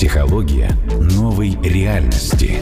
Психология новой реальности.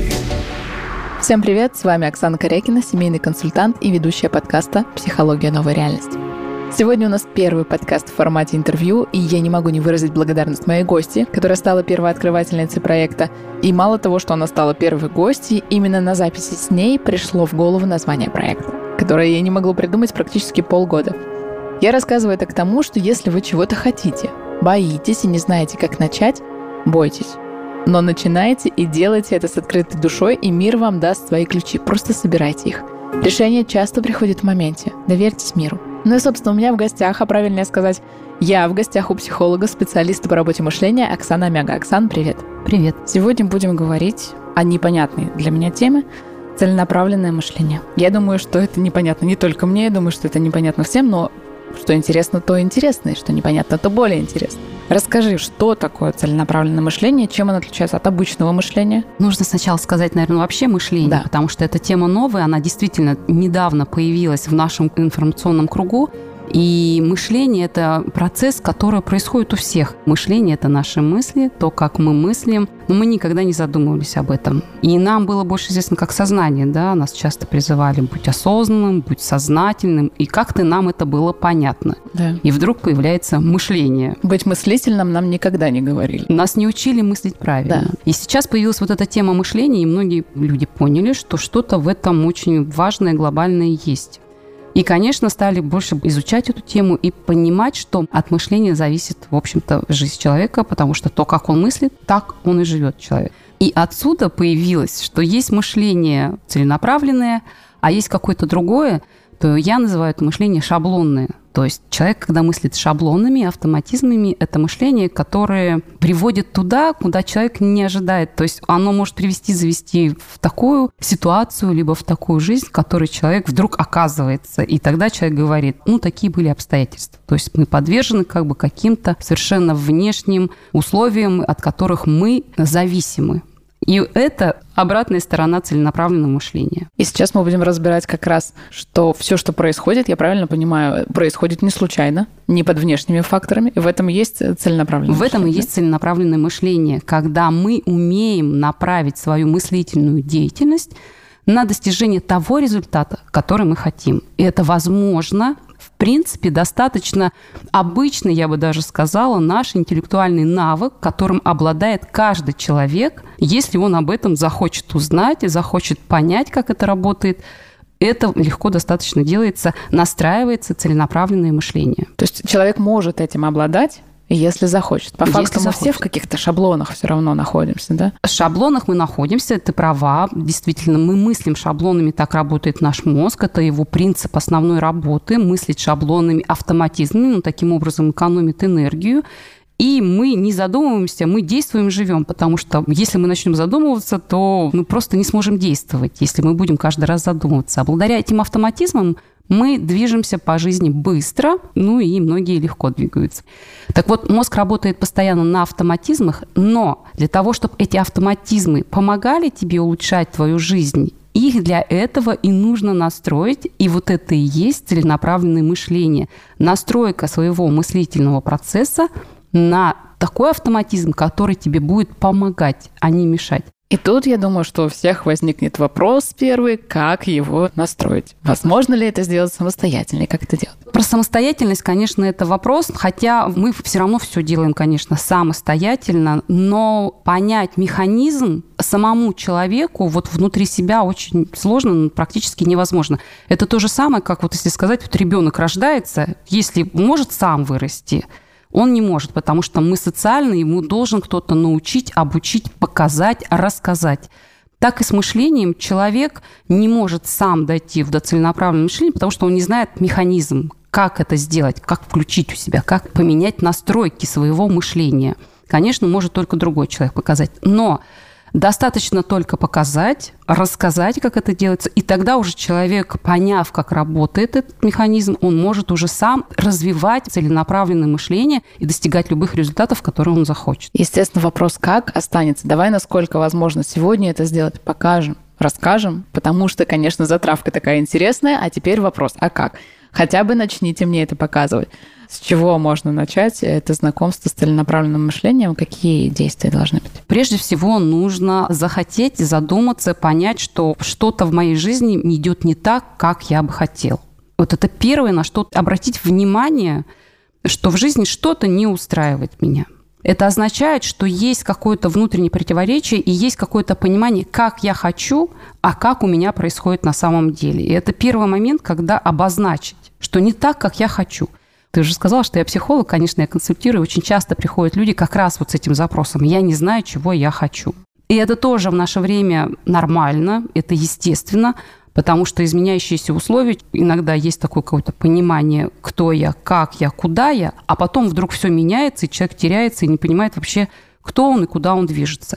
Всем привет, с вами Оксана Корякина, семейный консультант и ведущая подкаста «Психология новой реальности». Сегодня у нас первый подкаст в формате интервью, и я не могу не выразить благодарность моей гости, которая стала первооткрывательницей проекта. И мало того, что она стала первой гостьей, именно на записи с ней пришло в голову название проекта, которое я не могла придумать практически полгода. Я рассказываю это к тому, что если вы чего-то хотите, боитесь и не знаете, как начать, бойтесь. Но начинайте и делайте это с открытой душой, и мир вам даст свои ключи. Просто собирайте их. Решение часто приходит в моменте. Доверьтесь миру. Ну и, собственно, у меня в гостях, а правильнее сказать, я в гостях у психолога, специалиста по работе мышления Оксана Амяга. Оксан, привет. Привет. Сегодня будем говорить о непонятной для меня теме целенаправленное мышление. Я думаю, что это непонятно не только мне, я думаю, что это непонятно всем, но что интересно, то интересно, и что непонятно, то более интересно. Расскажи, что такое целенаправленное мышление, чем оно отличается от обычного мышления? Нужно сначала сказать, наверное, вообще мышление, да. Потому что эта тема новая, она действительно недавно появилась в нашем информационном кругу. И мышление – это процесс, который происходит у всех. Мышление – это наши мысли, то, как мы мыслим. Но мы никогда не задумывались об этом. И нам было больше известно как сознание. Да? Нас часто призывали быть осознанным, быть сознательным. И как-то нам это было понятно. Да. И вдруг появляется мышление. Быть мыслительным нам никогда не говорили. Нас не учили мыслить правильно. Да. И сейчас появилась вот эта тема мышления, и многие люди поняли, что что-то в этом очень важное, глобальное есть. И, конечно, стали больше изучать эту тему и понимать, что от мышления зависит, в общем-то, жизнь человека, потому что то, как он мыслит, так он и живет, человек. И отсюда появилось, что есть мышление целенаправленное, а есть какое-то другое, то я называю это мышление шаблонное. То есть человек, когда мыслит шаблонами, автоматизмами, это мышление, которое приводит туда, куда человек не ожидает. То есть оно может завести в такую ситуацию, либо в такую жизнь, в которой человек вдруг оказывается. И тогда человек говорит, такие были обстоятельства. То есть мы подвержены каким-то совершенно внешним условиям, от которых мы зависимы. И это обратная сторона целенаправленного мышления. И сейчас мы будем разбирать как раз, что все, что происходит, я правильно понимаю, происходит не случайно, не под внешними факторами. И в этом и есть целенаправленное мышление. В этом и есть целенаправленное мышление, когда мы умеем направить свою мыслительную деятельность на достижение того результата, который мы хотим. И это возможно. В принципе, достаточно обычный, я бы даже сказала, наш интеллектуальный навык, которым обладает каждый человек, если он об этом захочет узнать и захочет понять, как это работает. Это легко достаточно делается, настраивается целенаправленное мышление. То есть человек может этим обладать, если захочет. По факту мы все в каких-то шаблонах все равно находимся, да? В шаблонах мы находимся, ты права. Действительно, мы мыслим шаблонами, так работает наш мозг. Это его принцип основной работы. Мыслить шаблонами, автоматизмами, таким образом экономит энергию. И мы не задумываемся, мы действуем, живем, потому что если мы начнем задумываться, то мы просто не сможем действовать, если мы будем каждый раз задумываться. А благодаря этим автоматизмам мы движемся по жизни быстро, и многие легко двигаются. Так вот, мозг работает постоянно на автоматизмах, но для того, чтобы эти автоматизмы помогали тебе улучшать твою жизнь, их для этого и нужно настроить, и вот это и есть целенаправленное мышление. Настройка своего мыслительного процесса на такой автоматизм, который тебе будет помогать, а не мешать. И тут, я думаю, что у всех возникнет вопрос первый, как его настроить. Возможно ли это сделать самостоятельно и как это делать? Про самостоятельность, конечно, это вопрос, хотя мы все равно все делаем, конечно, самостоятельно, но понять механизм самому человеку внутри себя очень сложно, практически невозможно. Это то же самое, как если сказать, ребенок рождается, если может сам вырасти, он не может, потому что мы социальны, ему должен кто-то научить, обучить, показать, рассказать. Так и с мышлением человек не может сам дойти до целенаправленного мышления, потому что он не знает механизм, как это сделать, как включить у себя, как поменять настройки своего мышления. Конечно, может только другой человек показать. Но достаточно только показать, рассказать, как это делается, и тогда уже человек, поняв, как работает этот механизм, он может уже сам развивать целенаправленное мышление и достигать любых результатов, которые он захочет. Естественно, вопрос «как» останется. Давай, насколько возможно сегодня это сделать, покажем, расскажем, потому что, конечно, затравка такая интересная, а теперь вопрос «а как?». Хотя бы начните мне это показывать. С чего можно начать это знакомство с целенаправленным мышлением? Какие действия должны быть? Прежде всего, нужно захотеть, задуматься, понять, что что-то в моей жизни идет не так, как я бы хотел. Вот это первое, на что обратить внимание, что в жизни что-то не устраивает меня. Это означает, что есть какое-то внутреннее противоречие и есть какое-то понимание, как я хочу, а как у меня происходит на самом деле. И это первый момент, когда обозначить, что не так, как я хочу. Ты уже сказала, что я психолог, конечно, я консультирую. Очень часто приходят люди как раз вот с этим запросом. Я не знаю, чего я хочу. И это тоже в наше время нормально, это естественно, потому что изменяющиеся условия, иногда есть такое какое-то понимание, кто я, как я, куда я, а потом вдруг все меняется, и человек теряется и не понимает вообще, кто он и куда он движется.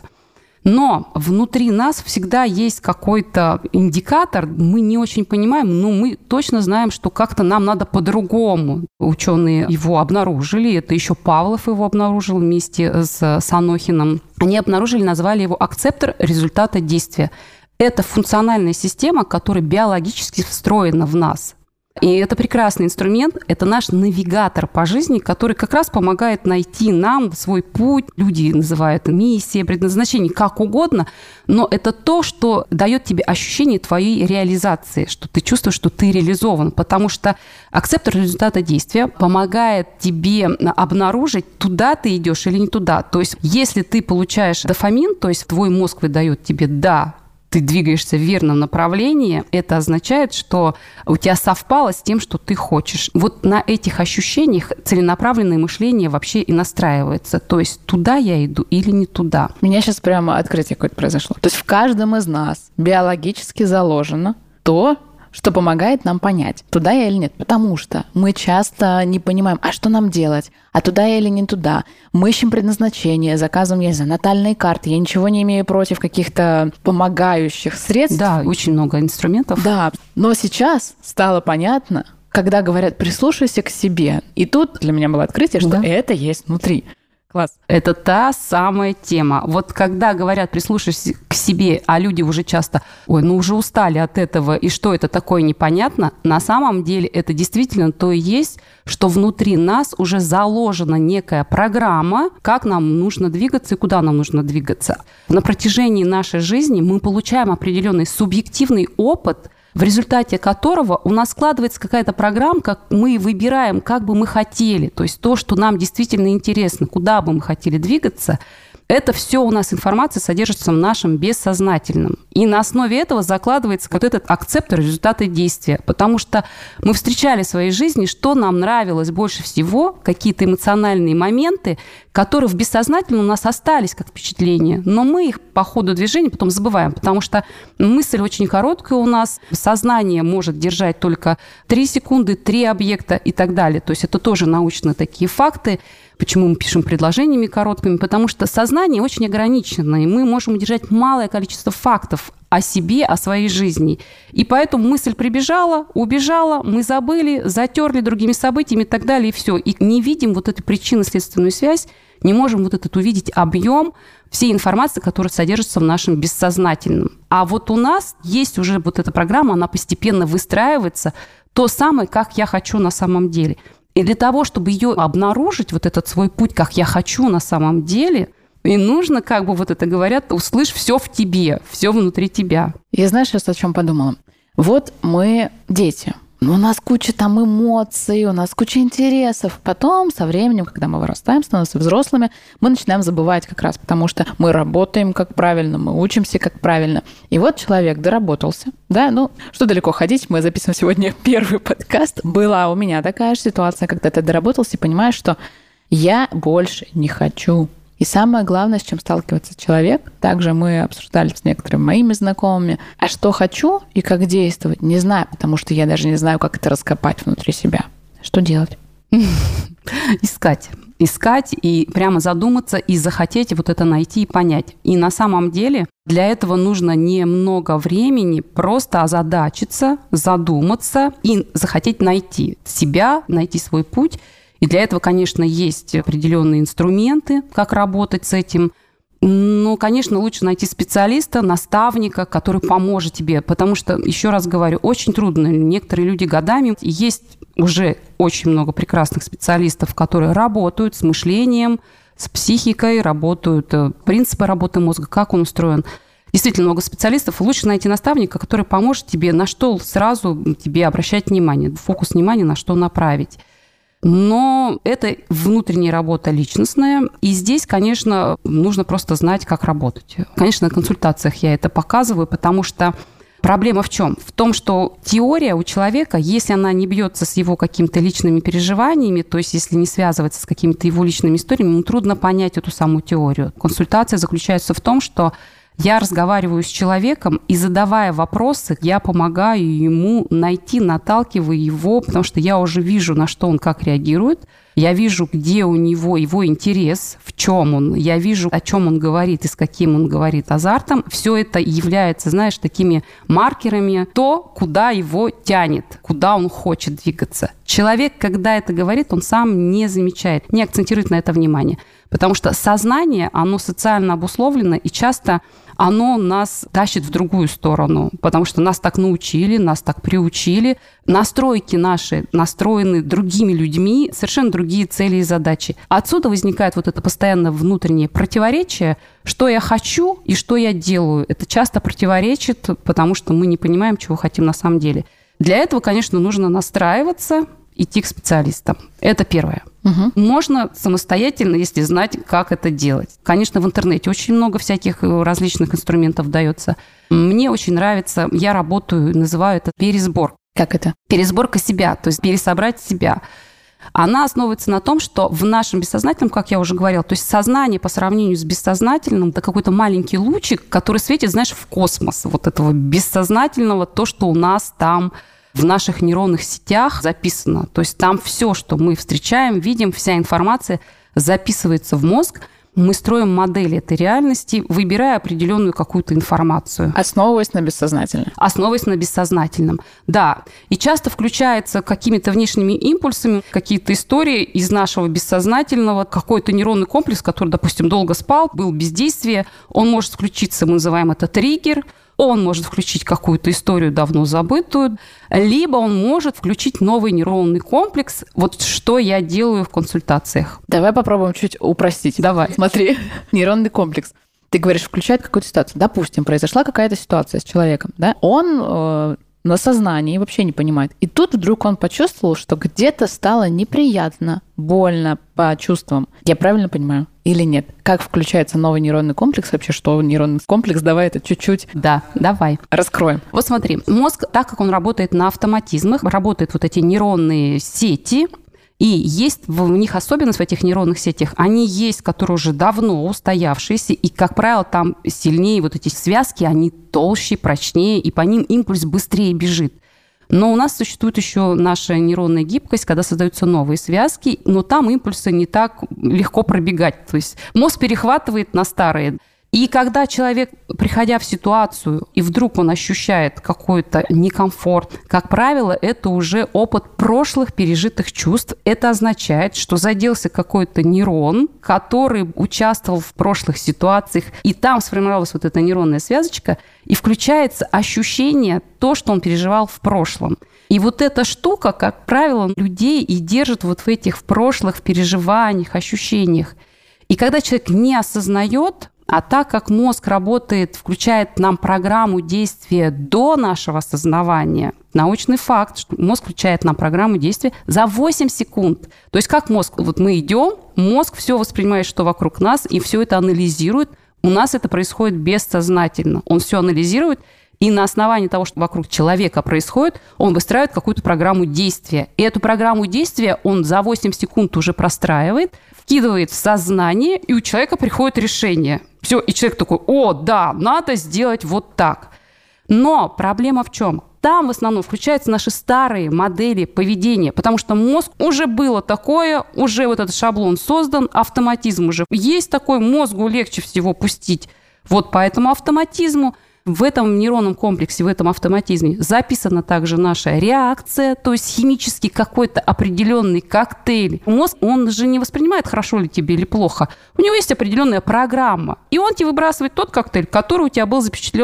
Но внутри нас всегда есть какой-то индикатор, мы не очень понимаем, но мы точно знаем, что как-то нам надо по-другому. Ученые его обнаружили, это еще Павлов его обнаружил вместе с Анохиным. Они обнаружили, назвали его акцептор результата действия. Это функциональная система, которая биологически встроена в нас. И это прекрасный инструмент, это наш навигатор по жизни, который как раз помогает найти нам свой путь. Люди называют миссия, предназначение, как угодно, но это то, что дает тебе ощущение твоей реализации, что ты чувствуешь, что ты реализован, потому что акцептор результата действия помогает тебе обнаружить, туда ты идешь или не туда. То есть если ты получаешь дофамин, то есть твой мозг выдает тебе «да», ты двигаешься в верном направлении, это означает, что у тебя совпало с тем, что ты хочешь. Вот на этих ощущениях целенаправленное мышление вообще и настраивается. То есть туда я иду или не туда. У меня сейчас прямо открытие какое-то произошло. То есть в каждом из нас биологически заложено то, что помогает нам понять, туда я или нет. Потому что мы часто не понимаем, а что нам делать, а туда я или не туда. Мы ищем предназначение, заказываем, я не знаю, натальные карты. Я ничего не имею против каких-то помогающих средств. Да, очень много инструментов. Да, но сейчас стало понятно, когда говорят, прислушайся к себе. И тут для меня было открытие, что это есть внутри. Класс. Это та самая тема. Вот когда говорят, прислушайся к себе, а люди уже часто, уже устали от этого, и что это такое, непонятно, на самом деле это действительно то и есть, что внутри нас уже заложена некая программа, как нам нужно двигаться и куда нам нужно двигаться. На протяжении нашей жизни мы получаем определенный субъективный опыт, в результате которого у нас складывается какая-то программка, мы выбираем, как бы мы хотели, то есть то, что нам действительно интересно, куда бы мы хотели двигаться, это все у нас информация содержится в нашем бессознательном. И на основе этого закладывается вот этот акцептор результата действия, потому что мы встречали в своей жизни, что нам нравилось больше всего, какие-то эмоциональные моменты, которые в бессознательном у нас остались как впечатление, но мы их по ходу движения потом забываем, потому что мысль очень короткая у нас, сознание может держать только 3 секунды, 3 объекта и так далее. То есть это тоже научные такие факты. Почему мы пишем предложениями короткими? Потому что сознание очень ограничено, и мы можем удержать малое количество фактов о себе, о своей жизни. И поэтому мысль прибежала, убежала, мы забыли, затерли другими событиями и так далее, и все. И не видим вот эту причинно-следственную связь, не можем вот этот увидеть объем всей информации, которая содержится в нашем бессознательном. А вот у нас есть уже вот эта программа, она постепенно выстраивается, то самое, как я хочу на самом деле. И для того, чтобы ее обнаружить, вот этот свой путь, как я хочу на самом деле, и нужно, как бы вот это говорят, услышь все в тебе, все внутри тебя. Я знаешь, сейчас о чем подумала? Вот мы дети. У нас куча там эмоций, у нас куча интересов. Потом, со временем, когда мы вырастаем, становимся взрослыми, мы начинаем забывать как раз, потому что мы работаем как правильно, мы учимся как правильно. И вот человек доработался, да, что далеко ходить, мы записываем сегодня первый подкаст. Была у меня такая же ситуация, когда ты доработался и понимаешь, что я больше не хочу. И самое главное, с чем сталкивается человек, также мы обсуждали с некоторыми моими знакомыми, а что хочу и как действовать, не знаю, потому что я даже не знаю, как это раскопать внутри себя. Что делать? Искать и прямо задуматься и захотеть вот это найти и понять. И на самом деле для этого нужно немного времени, просто озадачиться, задуматься и захотеть найти себя, найти свой путь. И для этого, конечно, есть определенные инструменты, как работать с этим. Но, конечно, лучше найти специалиста, наставника, который поможет тебе. Потому что, еще раз говорю, очень трудно. Некоторые люди годами. Есть уже очень много прекрасных специалистов, которые работают с мышлением, с психикой, работают принципы работы мозга, как он устроен. Действительно много специалистов. Лучше найти наставника, который поможет тебе, на что сразу тебе обращать внимание, фокус внимания, на что направить. Но это внутренняя работа личностная. И здесь, конечно, нужно просто знать, как работать. Конечно, на консультациях я это показываю, потому что проблема в чем? В том, что теория у человека, если она не бьется с его какими-то личными переживаниями, то есть если не связывается с какими-то его личными историями, ему трудно понять эту саму теорию. Консультация заключается в том, что я разговариваю с человеком, и задавая вопросы, я помогаю ему найти, наталкиваю его, потому что я уже вижу, на что он как реагирует. Я вижу, где у него его интерес, в чем он. Я вижу, о чем он говорит и с каким он говорит азартом. Все это является, знаешь, такими маркерами, то, куда его тянет, куда он хочет двигаться. Человек, когда это говорит, он сам не замечает, не акцентирует на это внимание. Потому что сознание, оно социально обусловлено, и часто оно нас тащит в другую сторону, потому что нас так научили, нас так приучили. Настройки наши настроены другими людьми, совершенно другие цели и задачи. Отсюда возникает вот это постоянное внутреннее противоречие, что я хочу и что я делаю. Это часто противоречит, потому что мы не понимаем, чего хотим на самом деле. Для этого, конечно, нужно настраиваться, идти к специалистам. Это первое. Можно самостоятельно, если знать, как это делать. Конечно, в интернете очень много всяких различных инструментов дается. Мне очень нравится, я работаю, называю это пересбор. Как это? Пересборка себя, то есть пересобрать себя. Она основывается на том, что в нашем бессознательном, как я уже говорила, то есть сознание по сравнению с бессознательным, это какой-то маленький лучик, который светит, знаешь, в космос вот этого бессознательного, то, что у нас там в наших нейронных сетях записано. То есть там все, что мы встречаем, видим, вся информация записывается в мозг. Мы строим модель этой реальности, выбирая определенную какую-то информацию. Основываясь на бессознательном. Основываясь на бессознательном, да. И часто включается какими-то внешними импульсами, какие-то истории из нашего бессознательного, какой-то нейронный комплекс, который, допустим, долго спал, был в бездействии, он может включиться, мы называем это триггер, он может включить какую-то историю давно забытую, либо он может включить новый нейронный комплекс. Вот что я делаю в консультациях. Давай попробуем чуть упростить. Давай. Смотри, нейронный комплекс. Ты говоришь, включает какую-то ситуацию. Допустим, произошла какая-то ситуация с человеком, да? Он на сознании вообще не понимает. И тут вдруг он почувствовал, что где-то стало неприятно, больно по чувствам. Я правильно понимаю? Или нет? Как включается новый нейронный комплекс? Вообще, что нейронный комплекс? Давай это чуть-чуть. Да, давай. Раскроем. Вот смотри, мозг, так как он работает на автоматизмах, работают вот эти нейронные сети, и есть в них особенность в этих нейронных сетях, они есть, которые уже давно устоявшиеся, и, как правило, там сильнее вот эти связки, они толще, прочнее, и по ним импульс быстрее бежит. Но у нас существует еще наша нейронная гибкость, когда создаются новые связки, но там импульсы не так легко пробегать. То есть мозг перехватывает на старые. И когда человек, приходя в ситуацию, и вдруг он ощущает какой-то некомфорт, как правило, это уже опыт прошлых пережитых чувств. Это означает, что заделся какой-то нейрон, который участвовал в прошлых ситуациях, и там сформировалась вот эта нейронная связочка, и включается ощущение, то, что он переживал в прошлом. И вот эта штука, как правило, людей и держит вот в этих в прошлых переживаниях, ощущениях. И когда человек не осознает, а так как мозг работает, включает нам программу действия до нашего осознавания, научный факт, что мозг включает нам программу действия за 8 секунд. То есть как мозг, вот мы идем, мозг все воспринимает, что вокруг нас, и все это анализирует. У нас это происходит бессознательно. Он все анализирует, и на основании того, что вокруг человека происходит, он выстраивает какую-то программу действия. И эту программу действия он за 8 секунд уже простраивает, вкидывает в сознание, и у человека приходит решение. Все, и человек такой: о, да, надо сделать вот так. Но проблема в чем? Там в основном включаются наши старые модели поведения, потому что мозг уже было такое, уже вот этот шаблон создан, автоматизм уже есть такой, мозгу легче всего пустить. Вот по этому автоматизму в этом нейронном комплексе, в этом автоматизме записана также наша реакция, то есть химический какой-то определенный коктейль. Мозг, он же не воспринимает, хорошо ли тебе или плохо. У него есть определенная программа, и он тебе выбрасывает тот коктейль, который у тебя был запечатлен в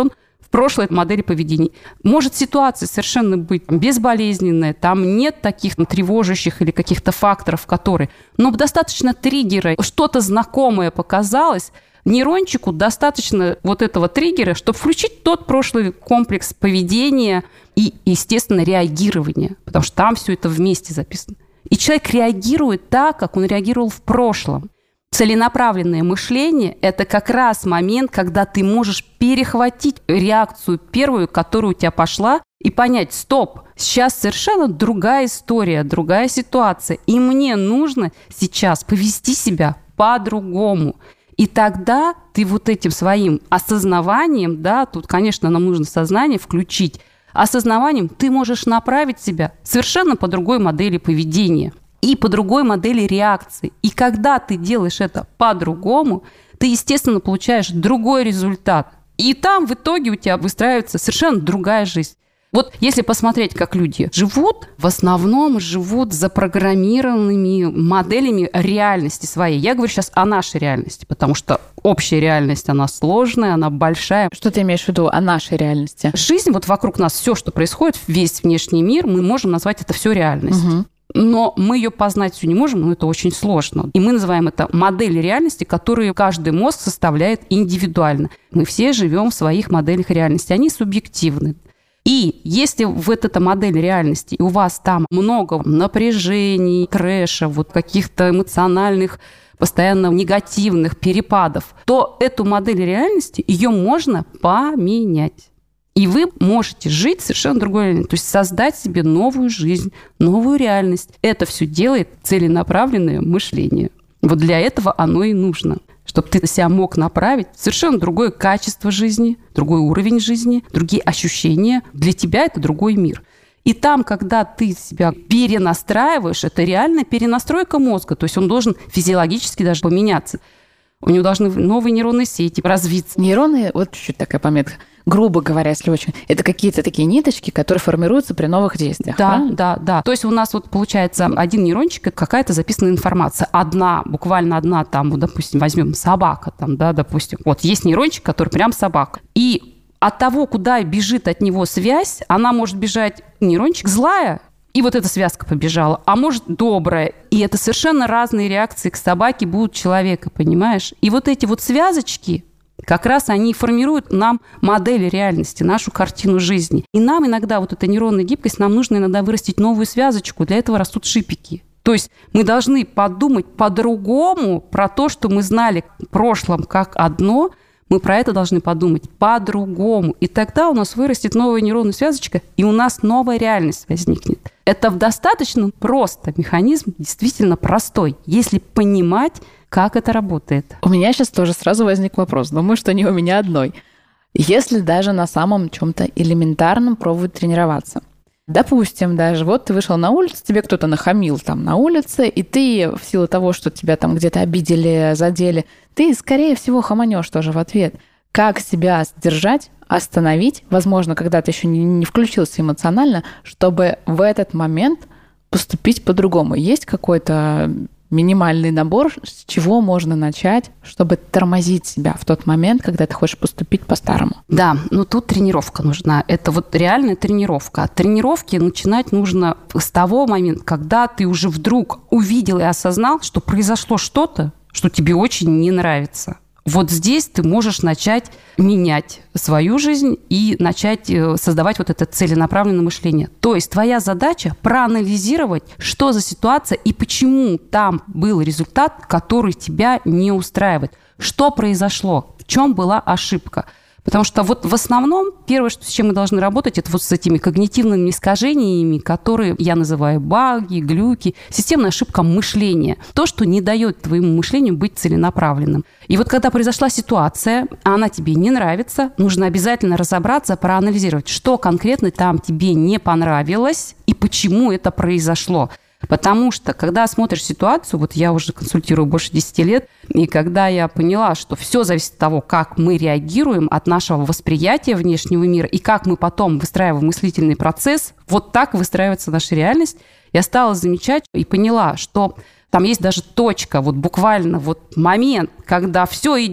в прошлой модели поведения. Может ситуация совершенно быть безболезненная, там нет таких тревожащих или каких-то факторов, которые... Но достаточно триггера, что-то знакомое показалось, нейрончику достаточно вот этого триггера, чтобы включить тот прошлый комплекс поведения и, естественно, реагирования, потому что там все это вместе записано. И человек реагирует так, как он реагировал в прошлом. Целенаправленное мышление – это как раз момент, когда ты можешь перехватить реакцию первую, которая у тебя пошла, и понять: стоп, сейчас совершенно другая история, другая ситуация, и мне нужно сейчас повести себя по-другому. И тогда ты вот этим своим осознаванием, да, тут, конечно, нам нужно сознание включить, осознаванием ты можешь направить себя совершенно по другой модели поведения и по другой модели реакции. И когда ты делаешь это по-другому, ты, естественно, получаешь другой результат. И там в итоге у тебя выстраивается совершенно другая жизнь. Вот если посмотреть, как люди живут, в основном живут запрограммированными моделями реальности своей. Я говорю сейчас о нашей реальности, потому что общая реальность, она сложная, она большая. Что ты имеешь в виду о нашей реальности? Жизнь, вот вокруг нас, все, что происходит, весь внешний мир, мы можем назвать это все реальностью. Но мы ее познать всю не можем, но это очень сложно. И мы называем это модель реальности, которую каждый мозг составляет индивидуально. Мы все живем в своих моделях реальности, они субъективны. И если в этой модели реальности и у вас там много напряжений, трэша, вот каких-то эмоциональных, постоянно негативных перепадов, то эту модель реальности, ее можно поменять. И вы можете жить совершенно другой реальностью, то есть создать себе новую жизнь, новую реальность. Это все делает целенаправленное мышление. Вот для этого оно и нужно, чтобы ты себя мог направить в совершенно другое качество жизни, другой уровень жизни, другие ощущения. Для тебя это другой мир. И там, когда ты себя перенастраиваешь, это реальная перенастройка мозга, то есть он должен физиологически даже поменяться. У него должны новые нейронные сети развиться. Нейроны, вот чуть-чуть такая пометка, грубо говоря, если очень, это какие-то такие ниточки, которые формируются при новых действиях. Да. То есть у нас вот получается один нейрончик, это какая-то записанная информация. Буквально одна там, вот, допустим, возьмем собака, там, да, допустим. Вот есть нейрончик, который прям собака. И от того, куда бежит от него связь, она может бежать, нейрончик злая, и вот эта связка побежала, а может добрая. И это совершенно разные реакции к собаке будут человека, понимаешь? И вот эти вот связочки, как раз они формируют нам модель реальности, нашу картину жизни. И нам иногда вот эта нейронная гибкость, нам нужно иногда вырастить новую связочку. Для этого растут шипики. То есть мы должны подумать по-другому про то, что мы знали в прошлом как одно, мы про это должны подумать по-другому. И тогда у нас вырастет новая нейронная связочка, и у нас новая реальность возникнет. Это достаточно просто механизм, действительно простой, если понимать, как это работает. У меня сейчас тоже сразу возник вопрос. Думаю, что не у меня одной. Если даже на самом чем-то элементарном пробовать тренироваться. Допустим, даже вот ты вышел на улицу, тебе кто-то нахамил там на улице, и ты в силу того, что тебя там где-то обидели, задели, ты, скорее всего, хаманешь тоже в ответ. Как себя сдержать, остановить, возможно, когда ты еще не включился эмоционально, чтобы в этот момент поступить по-другому? Есть какой-то минимальный набор, с чего можно начать, чтобы тормозить себя в тот момент, когда ты хочешь поступить по-старому? Да, но тут тренировка нужна. Это вот реальная тренировка. От тренировки начинать нужно с того момента, когда ты уже вдруг увидел и осознал, что произошло что-то, что тебе очень не нравится. Вот здесь ты можешь начать менять свою жизнь и начать создавать вот это целенаправленное мышление. То есть твоя задача проанализировать, что за ситуация и почему там был результат, который тебя не устраивает. Что произошло, в чем была ошибка. Потому что вот в основном первое, с чем мы должны работать, это вот с этими когнитивными искажениями, которые я называю баги, глюки, системная ошибка мышления. То, что не дает твоему мышлению быть целенаправленным. И вот когда произошла ситуация, а она тебе не нравится, нужно обязательно разобраться, проанализировать, что конкретно там тебе не понравилось и почему это произошло. Потому что, когда смотришь ситуацию, вот я уже консультирую больше 10 лет, и когда я поняла, что все зависит от того, как мы реагируем, от нашего восприятия внешнего мира, и как мы потом выстраиваем мыслительный процесс, вот так выстраивается наша реальность, я стала замечать и поняла, что там есть даже точка, вот буквально вот момент, когда все идет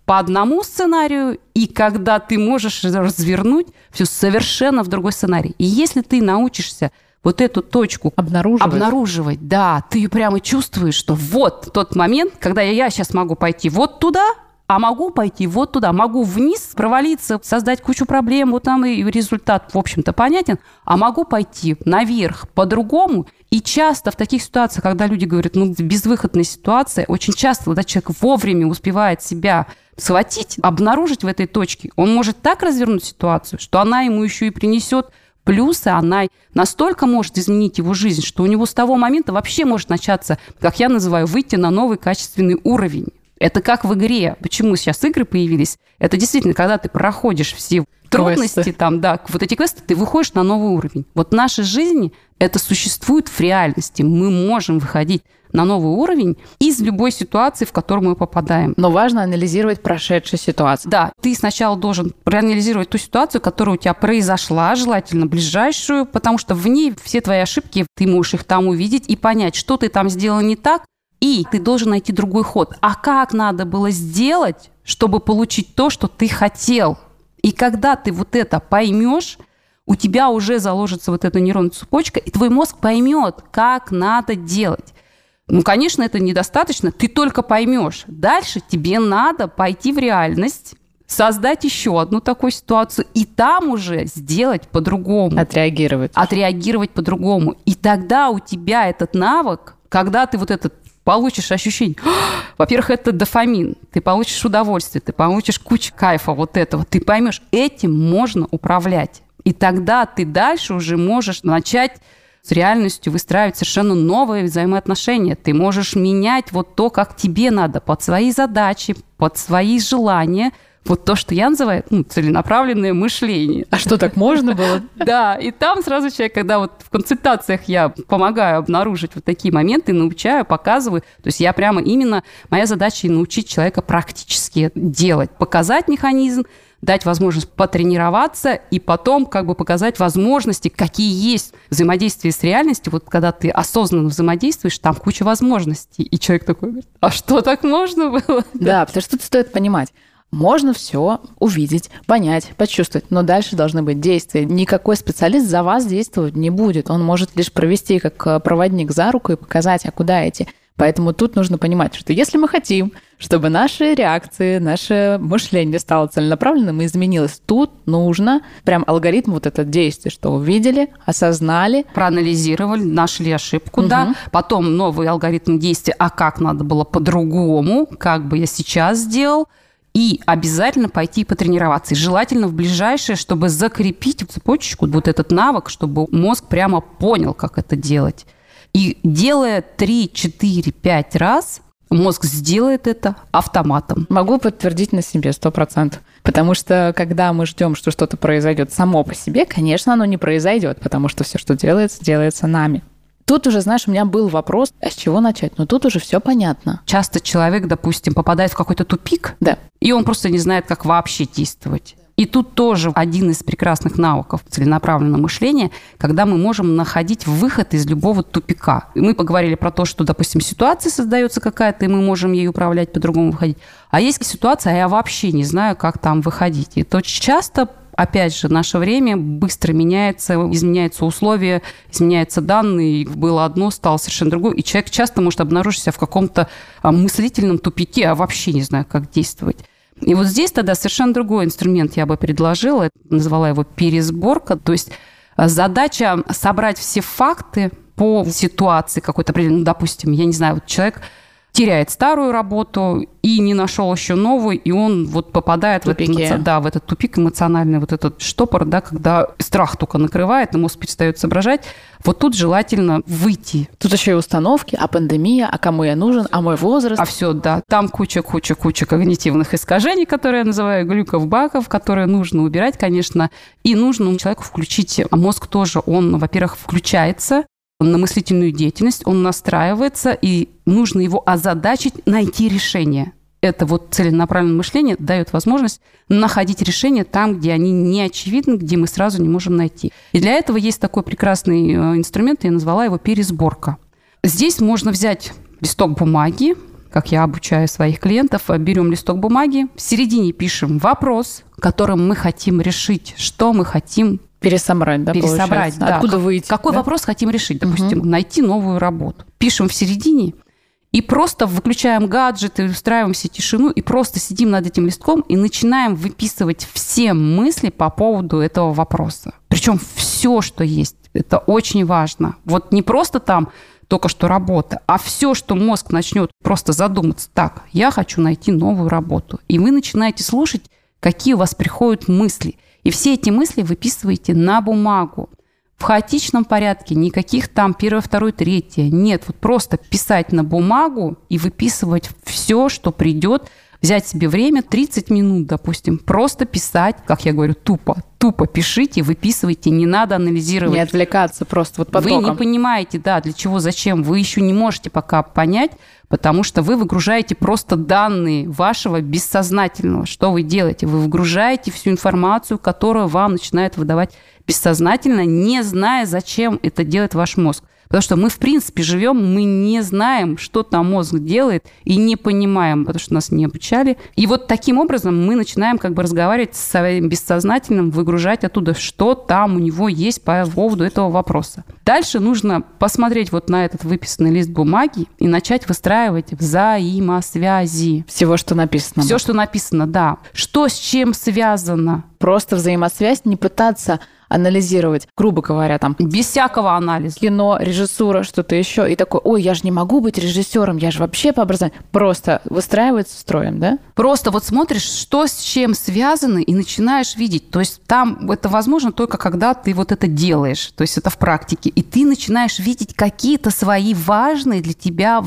по одному сценарию, и когда ты можешь развернуть все совершенно в другой сценарий. И если ты научишься вот эту точку обнаруживать, да, ты прямо чувствуешь, что вот тот момент, когда я сейчас могу пойти вот туда, а могу пойти вот туда, могу вниз провалиться, создать кучу проблем, вот там и результат, в общем-то, понятен, а могу пойти наверх по-другому. И часто в таких ситуациях, когда люди говорят, безвыходная ситуация, очень часто, когда человек вовремя успевает себя схватить, обнаружить в этой точке, он может так развернуть ситуацию, что она ему еще и принесет плюсы, она настолько может изменить его жизнь, что у него с того момента вообще может начаться, как я называю, выйти на новый качественный уровень. Это как в игре. Почему сейчас игры появились? Это действительно, когда ты проходишь все трудности, вот эти квесты, ты выходишь на новый уровень. Вот в нашей жизни это существует в реальности. Мы можем выходить на новый уровень из любой ситуации, в которую мы попадаем. Но важно анализировать прошедшую ситуацию. Да, ты сначала должен проанализировать ту ситуацию, которая у тебя произошла, желательно ближайшую, потому что в ней все твои ошибки, ты можешь их там увидеть и понять, что ты там сделал не так, и ты должен найти другой ход. А как надо было сделать, чтобы получить то, что ты хотел? И когда ты вот это поймешь, у тебя уже заложится вот эта нейронная цепочка, и твой мозг поймет, как надо делать. Конечно, это недостаточно, ты только поймешь. Дальше тебе надо пойти в реальность, создать еще одну такую ситуацию, и там уже сделать по-другому. Отреагировать по-другому. И тогда у тебя этот навык, когда ты вот этот получишь ощущение, во-первых, это дофамин, ты получишь удовольствие, ты получишь кучу кайфа вот этого, ты поймешь, этим можно управлять. И тогда ты дальше уже можешь начать с реальностью выстраивать совершенно новые взаимоотношения. Ты можешь менять вот то, как тебе надо, под свои задачи, под свои желания. Вот то, что я называю целенаправленное мышление. А что, так можно было? Да, и там сразу человек, когда вот в консультациях я помогаю обнаружить вот такие моменты, научаю, показываю. То есть я прямо именно, моя задача научить человека практически делать, показать механизм, дать возможность потренироваться и потом показать возможности, какие есть взаимодействие с реальностью. Вот когда ты осознанно взаимодействуешь, там куча возможностей. И человек такой говорит, а что, так можно было? Да, потому что тут стоит понимать, можно все увидеть, понять, почувствовать, но дальше должны быть действия. Никакой специалист за вас действовать не будет. Он может лишь провести как проводник за руку и показать, а куда идти. Поэтому тут нужно понимать, что если мы хотим, чтобы наши реакции, наше мышление стало целенаправленным и изменилось, тут нужно прям алгоритм вот это действие, что увидели, осознали. Проанализировали, нашли ошибку, да. Потом новый алгоритм действия, а как надо было по-другому, как бы я сейчас сделал. И обязательно пойти потренироваться. И желательно в ближайшее, чтобы закрепить цепочку, вот этот навык, чтобы мозг прямо понял, как это делать. И делая 3, 4, 5 раз, мозг сделает это автоматом. Могу подтвердить на себе 100%. Потому что, когда мы ждем, что что-то произойдет само по себе, конечно, оно не произойдет, потому что все, что делается, делается нами. Тут уже, знаешь, у меня был вопрос, а с чего начать? Но тут уже все понятно. Часто человек, допустим, попадает в какой-то тупик, да, и он просто не знает, как вообще действовать. И тут тоже один из прекрасных навыков целенаправленного мышления, когда мы можем находить выход из любого тупика. И мы поговорили про то, что, допустим, ситуация создается какая-то, и мы можем ей управлять, по-другому выходить. А есть ситуация, а я вообще не знаю, как там выходить. И то часто, опять же, наше время быстро меняется, изменяются условия, изменяются данные. Было одно, стало совершенно другое. И человек часто может обнаружить себя в каком-то мыслительном тупике, а вообще не знаю, как действовать. И вот здесь тогда совершенно другой инструмент я бы предложила, назвала его пересборка. То есть задача собрать все факты по ситуации какой-то определенной. Допустим, я не знаю, вот человек теряет старую работу и не нашел еще новую, и он вот попадает в этот тупик эмоциональный, вот этот штопор, да, когда страх только накрывает, и мозг перестает соображать. Вот тут желательно выйти. Тут еще и установки, а пандемия, а кому я нужен, а мой возраст. А все, да. Там куча когнитивных искажений, которые я называю глюков-баков, которые нужно убирать, конечно. И нужно человеку включить мозг тоже. Он, во-первых, включается на мыслительную деятельность, он настраивается, и нужно его озадачить, найти решение. Это вот целенаправленное мышление дает возможность находить решения там, где они не очевидны, где мы сразу не можем найти. И для этого есть такой прекрасный инструмент, я назвала его пересборка. Здесь можно взять листок бумаги, как я обучаю своих клиентов, берем листок бумаги, в середине пишем вопрос, которым мы хотим решить, что мы хотим пересобрать, да, пересобрать, да. Откуда выйти? Какой вопрос хотим решить? Допустим, найти новую работу. Пишем в середине и просто выключаем гаджеты, устраиваем себе тишину и просто сидим над этим листком и начинаем выписывать все мысли по поводу этого вопроса. Причем все, что есть. Это очень важно. Вот не просто там только что работа, а все, что мозг начнет просто задуматься. Так, я хочу найти новую работу. И вы начинаете слушать, какие у вас приходят мысли. И все эти мысли выписываете на бумагу. В хаотичном порядке, никаких там 1, 2, 3. Нет, вот просто писать на бумагу и выписывать все, что придет. Взять себе время, 30 минут, допустим, просто писать, как я говорю, тупо пишите, выписывайте, не надо анализировать. Не отвлекаться просто вот потоком. Вы не понимаете, да, для чего, зачем. Вы еще не можете пока понять, потому что вы выгружаете просто данные вашего бессознательного. Что вы делаете? Вы выгружаете всю информацию, которую вам начинает выдавать бессознательно, не зная, зачем это делает ваш мозг. Потому что мы, в принципе, живем, мы не знаем, что там мозг делает, и не понимаем, потому что нас не обучали. И вот таким образом мы начинаем как бы разговаривать с своим бессознательным, выгружать оттуда, что там у него есть по поводу этого вопроса. Дальше нужно посмотреть вот на этот выписанный лист бумаги и начать выстраивать взаимосвязи. Всего, что написано. Все, что написано, да. Что с чем связано? Просто взаимосвязь, не пытаться анализировать, грубо говоря, там. Без всякого анализа. Кино, режиссура, что-то еще. И такой, ой, я же не могу быть режиссером, я же вообще по образованию. Просто выстраивается строем, да? Просто вот смотришь, что с чем связано, и начинаешь видеть. То есть там это возможно только когда ты вот это делаешь. То есть это в практике. И ты начинаешь видеть какие-то свои важные для тебя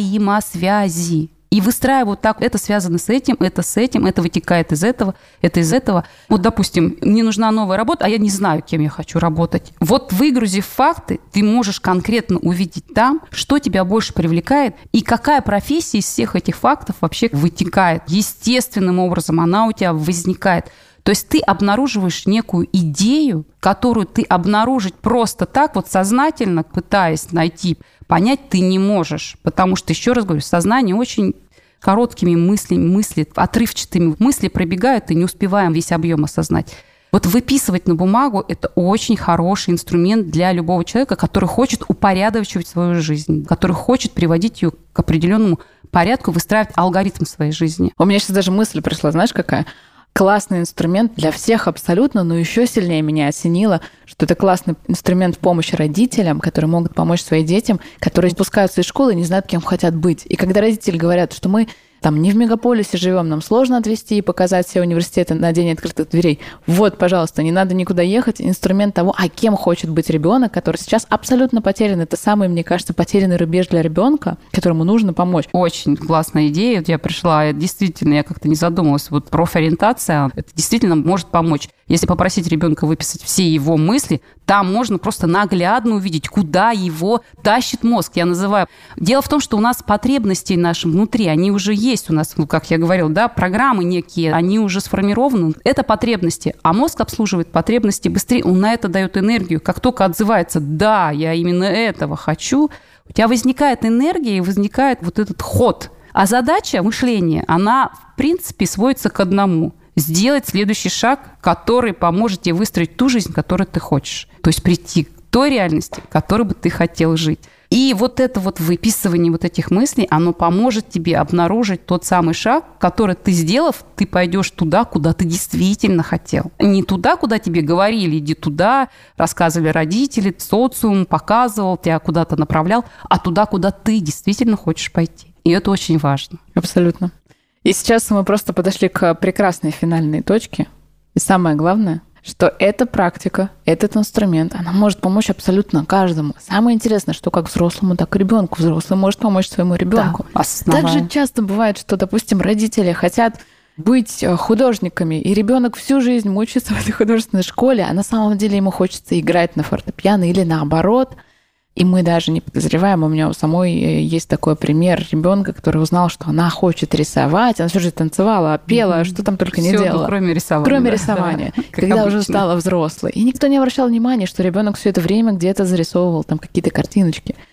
взаимосвязи. И выстраиваю так, это связано с этим, это вытекает из этого, это из этого. Вот, допустим, мне нужна новая работа, а я не знаю, кем я хочу работать. Вот выгрузив факты, ты можешь конкретно увидеть там, что тебя больше привлекает и какая профессия из всех этих фактов вообще вытекает. Естественным образом она у тебя возникает. То есть ты обнаруживаешь некую идею, которую ты обнаружить просто так, вот сознательно пытаясь найти, понять ты не можешь. Потому что, еще раз говорю, сознание очень короткими мыслями мыслит, отрывчатыми мысли пробегают, и не успеваем весь объем осознать. Вот выписывать на бумагу – это очень хороший инструмент для любого человека, который хочет упорядочивать свою жизнь, который хочет приводить ее к определенному порядку, выстраивать алгоритм своей жизни. У меня сейчас даже мысль пришла, знаешь, какая? Классный инструмент для всех абсолютно, но еще сильнее меня осенило, что это классный инструмент в помощи родителям, которые могут помочь своим детям, которые спускаются из школы и не знают, кем хотят быть. И когда родители говорят, что мы там не в мегаполисе живем, нам сложно отвезти и показать все университеты на день открытых дверей. Вот, пожалуйста, не надо никуда ехать. Инструмент того, а кем хочет быть ребенок, который сейчас абсолютно потерян. Это самый, мне кажется, потерянный рубеж для ребенка, которому нужно помочь. Очень классная идея. Вот я пришла, действительно, я как-то не задумывалась. Вот профориентация, это действительно может помочь. Если попросить ребенка выписать все его мысли, там можно просто наглядно увидеть, куда его тащит мозг, я называю. Дело в том, что у нас потребности наши внутри, они уже есть у нас, как я говорила, да, программы некие, они уже сформированы. Это потребности, а мозг обслуживает потребности быстрее, он на это дает энергию. Как только отзывается, да, я именно этого хочу, у тебя возникает энергия и возникает вот этот ход. А задача мышления, она, в принципе, сводится к одному – сделать следующий шаг, который поможет тебе выстроить ту жизнь, которую ты хочешь. То есть прийти к той реальности, в которой бы ты хотел жить. И вот это вот выписывание вот этих мыслей, оно поможет тебе обнаружить тот самый шаг, который ты сделав, ты пойдешь туда, куда ты действительно хотел. Не туда, куда тебе говорили, иди туда, рассказывали родители, социум показывал, тебя куда-то направлял, а туда, куда ты действительно хочешь пойти. И это очень важно. Абсолютно. И сейчас мы просто подошли к прекрасной финальной точке. И самое главное, что эта практика, этот инструмент, она может помочь абсолютно каждому. Самое интересное, что как взрослому, так и ребенку. Взрослый может помочь своему ребенку. Да, также часто бывает, что, допустим, родители хотят быть художниками, и ребенок всю жизнь мучается в этой художественной школе, а на самом деле ему хочется играть на фортепиано или наоборот. И мы даже не подозреваем, у меня у самой есть такой пример ребенка, который узнал, что она хочет рисовать, она всю жизнь танцевала, пела, что там только не делала. Кроме рисования. Кроме рисования. Да, когда уже стала взрослой. И никто не обращал внимания, что ребенок все это время где-то зарисовывал там какие-то картиночки.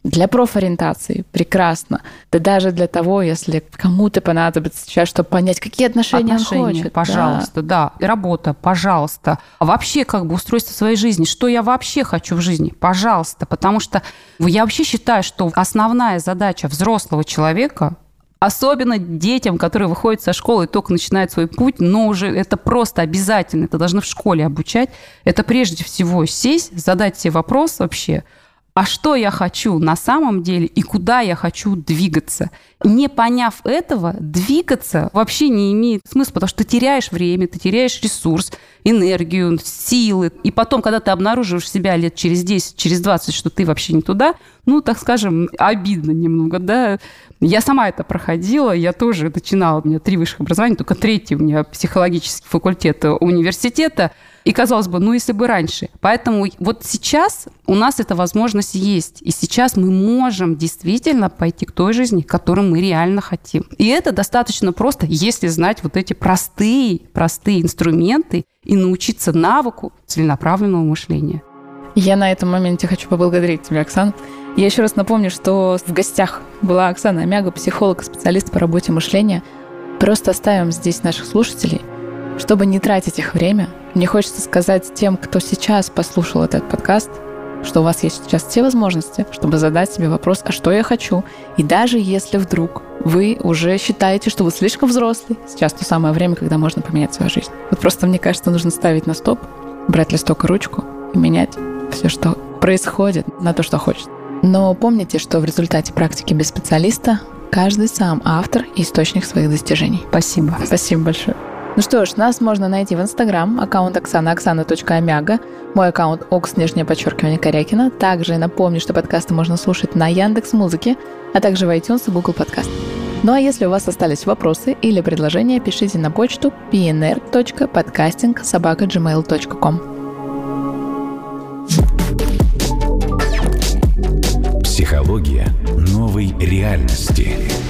Для профориентации прекрасно. Да даже для того, если кому-то понадобится сейчас, чтобы понять, какие отношения он хочет. Пожалуйста, да. Работа, пожалуйста. А вообще устройство своей жизни. Что я вообще хочу в жизни? Пожалуйста. Потому что я вообще считаю, что основная задача взрослого человека, особенно детям, которые выходят со школы и только начинают свой путь, но уже это просто обязательно, это должны в школе обучать, это прежде всего сесть, задать себе вопрос вообще, а что я хочу на самом деле и куда я хочу двигаться. Не поняв этого, двигаться вообще не имеет смысла, потому что ты теряешь время, ты теряешь ресурс, энергию, силы. И потом, когда ты обнаруживаешь себя лет через 10, через 20, что ты вообще не туда, так скажем, обидно немного, да. Я сама это проходила, я тоже начинала, у меня 3 высших образования, только 3 у меня психологический факультет университета. И, казалось бы, если бы раньше. Поэтому вот сейчас у нас эта возможность есть. И сейчас мы можем действительно пойти к той жизни, которую мы реально хотим. И это достаточно просто, если знать вот эти простые инструменты и научиться навыку целенаправленного мышления. Я на этом моменте хочу поблагодарить тебя, Оксана. Я еще раз напомню, что в гостях была Оксана Амяга, психолог и специалист по работе мышления. Просто оставим здесь наших слушателей, чтобы не тратить их время. Мне хочется сказать тем, кто сейчас послушал этот подкаст, что у вас есть сейчас все возможности, чтобы задать себе вопрос, а что я хочу? И даже если вдруг вы уже считаете, что вы слишком взрослый, сейчас то самое время, когда можно поменять свою жизнь. Вот просто, мне кажется, нужно ставить на стоп, брать листок и ручку и менять все, что происходит, на то, что хочет. Но помните, что в результате практики без специалиста каждый сам автор и источник своих достижений. Спасибо. Спасибо большое. Ну что ж, нас можно найти в Инстаграм, аккаунт оксана.амяга, мой аккаунт _Корякина. Также напомню, что подкасты можно слушать на Яндекс.Музыке, а также в iTunes и Google Подкаст. Ну а если у вас остались вопросы или предложения, пишите на почту pnr.podcasting@gmail.com. Психология новой реальности.